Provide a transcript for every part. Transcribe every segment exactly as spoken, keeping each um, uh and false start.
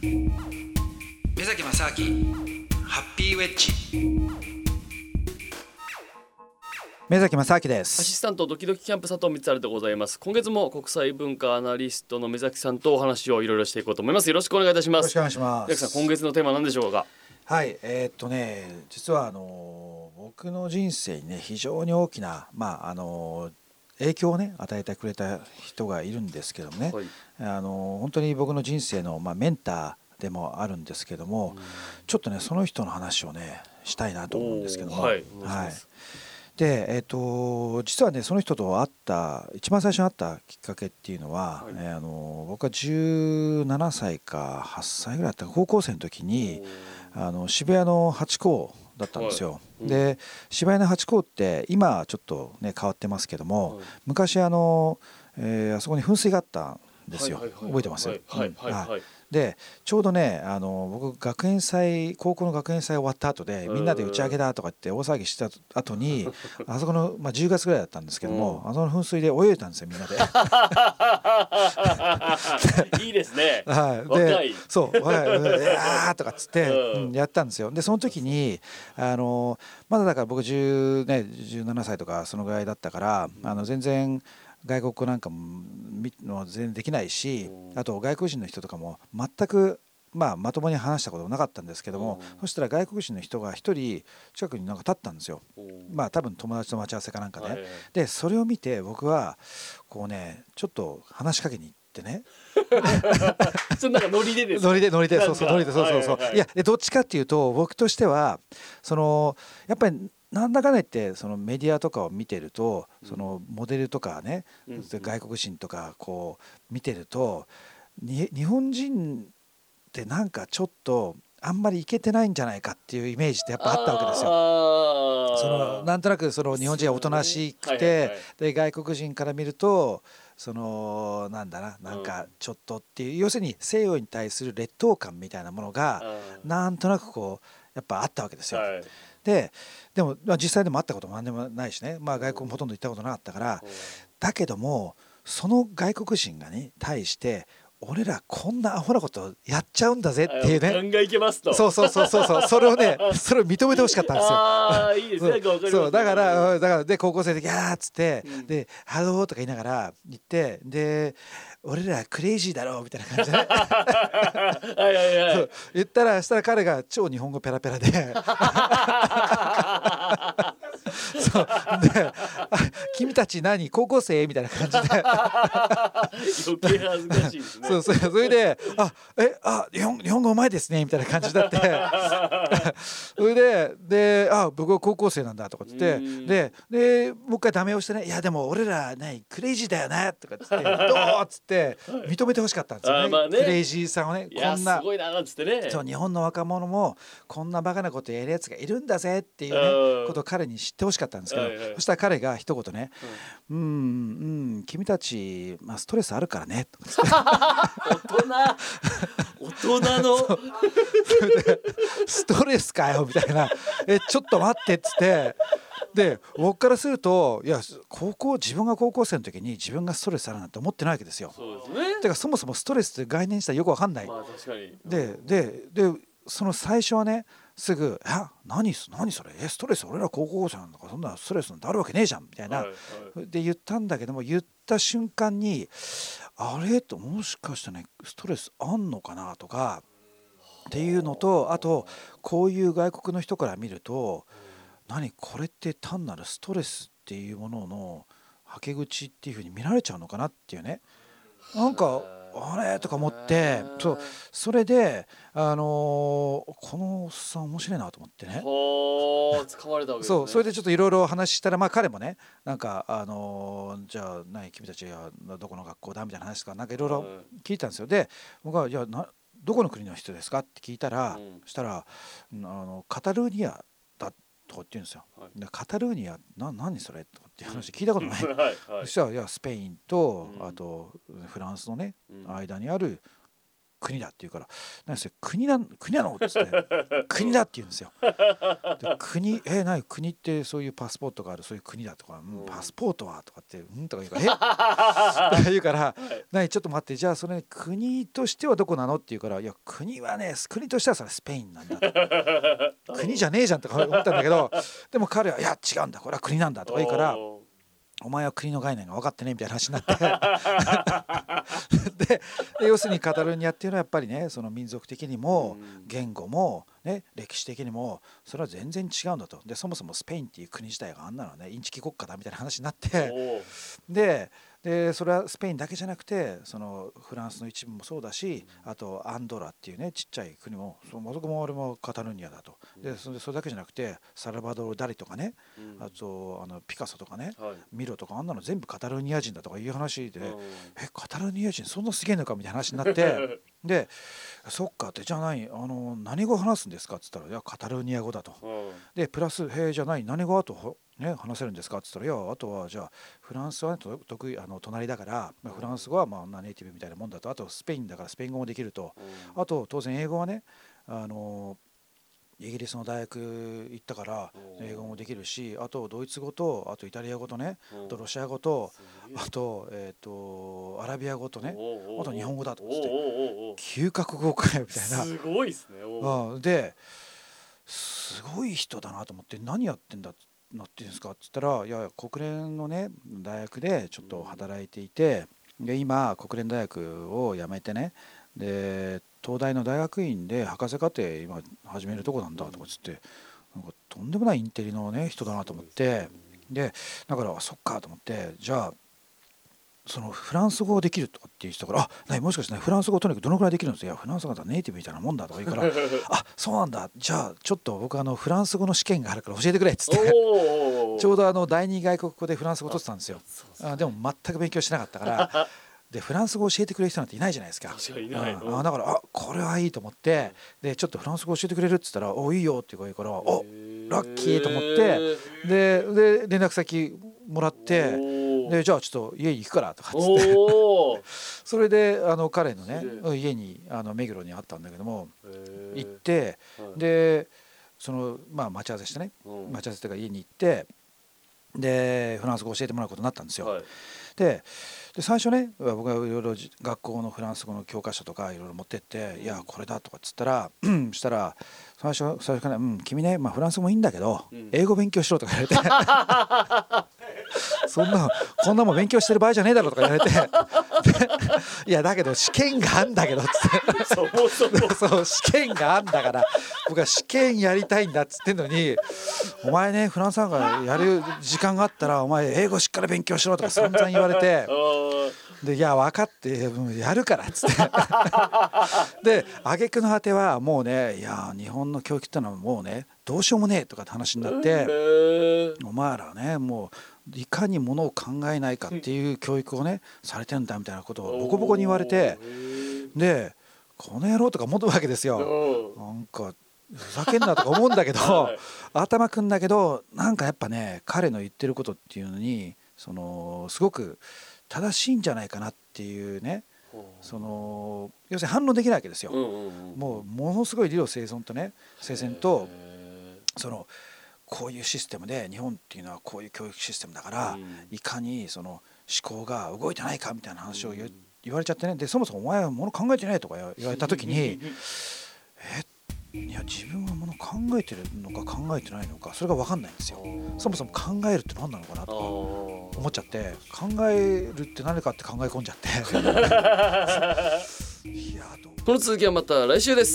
目崎正明ハッピーウェッジ。目崎正明です。 アシスタントドキドキキャンプ佐藤光晴でございます。今月も国際文化アナリストの目崎さんとお話をいろいろしていこうと思います。よろしくお願いいたします。 よろしくお願いします。 目崎さん、今月のテーマは何でしょうか？ はい、えー、っとね実はあの僕の人生にね非常に大きな、まあ、あの影響をね与えてくれた人がいるんですけどもね、はい、あの本当に僕の人生の、まあ、メンターでもあるんですけども、うん、ちょっとねその人の話をねしたいなと思うんですけども、はい、はい、で、えー、と実はねその人と会った一番最初に会ったきっかけっていうのは、はい、えー、あの僕はじゅうななさいかはっさいぐらいだった高校生の時にあの渋谷のハチ公だったんですよ、はい、うん、で渋谷のハチ公って今ちょっとね変わってますけども、はい、昔あの、えー、あそこに噴水があったんですよ、はいはいはい、覚えてます？はいはいはいはい、でちょうどねあの僕学園祭高校の学園祭終わった後でみんなで打ち上げだとかって大騒ぎした後にあそこの、まあ、じゅうがつぐらいだったんですけども、うん、あそこの噴水で泳いでたんですよみんなでいいですね、 はい、で若いそう若いいやーとかっつって、うん、やったんですよ。でその時にあのまだだから僕じゅう、ね、じゅうななさいとかそのぐらいだったからあの全然外国語なんかも全然できないし、あと外国人の人とかも全く、まあ、まともに話したこともなかったんですけども、そしたら外国人の人が一人近くになんか立ったんですよ。まあ多分友達と待ち合わせかなんかね、はい、でそれを見て僕はこうねちょっと話しかけに行ってねそんなんかノリでですノリでノリでそうそうノリでそうそうそう、はいはいはい、いやでどっちかっていうと僕としてはそのやっぱりなんだかんだ言ってそのメディアとかを見てるとそのモデルとかね、うん、外国人とかこう見てるとに日本人ってなんかちょっとあんまりイケてないんじゃないかっていうイメージってやっぱあったわけですよ。そのなんとなくその日本人はおとなしくて、はいはいはい、で外国人から見るとそのなんだななんかちょっとっていう、うん、要するに西洋に対する劣等感みたいなものがなんとなくこうやっぱあったわけですよ。はい、で, でも、まあ、実際でも会ったことも何でもないしね、まあ、外国もほとんど行ったことなかったから、うん、だけどもその外国人がね対して俺らこんなアホなことやっちゃうんだぜっていうね、 考えいけますと、 そうそうそうそうそうそれをねそれを認めてほしかったんですよ。 あいいですね、分かります。 そうだからだからで高校生でギャーっつって、うん、でハローとか言いながら言ってで俺らクレイジーだろうみたいな感じで、ね、はいはいはい、そう言ったらしたら彼が超日本語ペラペラでそうで君たち何高校生みたいな感じで余計恥ずかしいですね。 そうそうそれであえあ日本日本語うまいですねみたいな感じだってそれでであ僕は高校生なんだとか言ってででもう一回ダメをしてねいやでも俺らねクレイジーだよねとかっつってどうっつって認めてほしかったんですよ ね, まあねクレイジーさんをね。 いやこんなすごいなっつってね、 そう日本の若者もこんなバカなことやるやつがいるんだぜっていう、ね、ことを彼に知ってほしかったんですけど、はいはい、そしたら彼が一言ね、うん、うんうん君たち、まあ、ストレスあるからねとか大人大人のそれでストレスかよみたいなえちょっと待ってっつってで僕からするといや高校自分が高校生の時に自分がストレスあるなんて思ってないわけですよ。 そうですね。 てかそもそもストレスって概念したらよくわかんない、 まあ、確かに。 でででその最初はねすぐ「え何何それえストレス俺ら高校生なんだからそんなストレスなんてあるわけねえじゃん」みたいな、はいはい、で言ったんだけども言った瞬間にあれともしかしてねストレスあんのかなとかっていうのとあとこういう外国の人から見ると何これって単なるストレスっていうもののはけ口っていう風に見られちゃうのかなっていうねなんかあれとか思ってそうそれで、あのー、このおっさん面白いなと思ってねほー使われたわけですね。 そうそれでちょっといろいろ話したらまあ彼もねなんか、あのー、じゃあ何君たちはどこの学校だみたいな話とかなんかいろいろ聞いたんですよ。で僕はじゃあなどこの国の人ですかって聞いたら、うん、そしたらあのカタルーニアだとかって言うんですよ、はい、でカタルーニアな何それとかっていう話聞いたことない、はいはい、そしたらいやスペインと、うん、あとフランスのね、うん、間にある国だって言うから「何それ国な国なの?」っつって「国だ」って言うんですよ。で国え何国ってそういうパスポートがあるそういう国だとか「うん、パスポートは?」とかって「うん?」とか言うから「え言うから「何ちょっと待ってじゃあそれ国としてはどこなの?」って言うから「いや国はね国としてはそれスペインなんだ」と国じゃねえじゃんとか思ったんだけどでも彼は「いや違うんだこれは国なんだ」とか言うからお前は国の概念が分かってねみたいな話になってで, で要するにカタルーニャっていうのはやっぱりねその民族的にも言語も、ね、歴史的にもそれは全然違うんだと。でそもそもスペインっていう国自体があんなのねインチキ国家だみたいな話になってででそれはスペインだけじゃなくてそのフランスの一部もそうだしあとアンドラっていうねちっちゃい国もそもそも俺もカタルーニャだと。でそれそれだけじゃなくてサルバドール・ダリとかねあとあのピカソとかね、はい、ミロとかあんなの全部カタルーニャ人だとかいう話でえカタルーニャ人そんなすげえのかみたいな話になってでそっかってじゃあ何あの何語話すんですかっつったらいやカタルーニャ語だと。でプラスへえじゃあ何何語あとね、話せるんですかって言ったらいやあとはじゃあフランスは、ね、得意あの隣だから、まあ、フランス語はまあネイティブみたいなもんだとあとスペインだからスペイン語もできると、うん、あと当然英語はねあのイギリスの大学行ったから英語もできるしあとドイツ語とあとイタリア語とねあとロシア語とあと、えー、とアラビア語とねあと日本語だとつってきゅうカ国語かよみたいなすごいですね。 ですごい人だなと思って何やってんだってなってんですかって言ったらいや国連のね大学でちょっと働いていてで今国連大学を辞めてねで東大の大学院で博士課程今始めるとこなんだとかつってなんかとんでもないインテリのね人だなと思ってでだからそっかと思ってじゃあそのフランス語できるとかっていう人から「あ何もしかして、ね、フランス語とにかくどのくらいできるんですか?」いやフランス語だネイティブみたいなもんだとか言うから「あそうなんだじゃあちょっと僕あのフランス語の試験があるから教えてくれ」っつってちょうどあの第二外国語でフランス語取ってたんですよ。あでも全く勉強しなかったからでフランス語教えてくれる人なんていないじゃないですか。 確かにいない、 うん、あだからあこれはいいと思ってでちょっとフランス語教えてくれるっつったら「おいいよ」って言うから「おラッキー」と思ってでで連絡先もらってでじゃあちょっと家に行くからとかっつってそれであの彼のね家にあの目黒にあったんだけども行ってでそのまあ待ち合わせしてね待ち合わせというか家に行ってでフランス語教えてもらうことになったんですよ。はい、でで最初ね僕がいろいろ学校のフランス語の教科書とかいろいろ持ってって「いやこれだ」とかっつったらそしたら最初最初から「うん君ね、まあ、フランス語もいいんだけど英語勉強しろ」とか言われてそんなこんなもん勉強してる場合じゃねえだろとか言われていやだけど試験があんだけどっつってそもそもそう試験があんだから僕は試験やりたいんだっつってんのにお前ねフランスなんかやる時間があったらお前英語しっかり勉強しろとか散々言われてでいや分かってやるからっつってで挙句の果てはもうねいや日本の教育ってのはもうねどうしようもねえとかって話になってお前らねもういかにものを考えないかっていう教育をねされてんだみたいなことをボコボコに言われてでこの野郎とか思ったわけですよ。なんかふざけんなとか思うんだけど、はい、頭くんだけどなんかやっぱね彼の言ってることっていうのにそのすごく正しいんじゃないかなっていうねその要するに反論できないわけですよ。うんうんうん、もうものすごい理路整然とね整然とそのこういうシステムで日本っていうのはこういう教育システムだから、うん、いかにその思考が動いてないかみたいな話を言、うん、言われちゃってねでそもそもお前はもの考えてないとか言われた時にえいや自分はもの考えてるのか考えてないのかそれが分かんないんですよ。そもそも考えるって何なのかなとか思っちゃって考えるって何かって考え込んじゃっていやどうこの続きはまた来週です。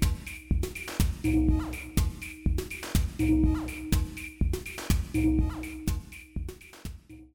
うん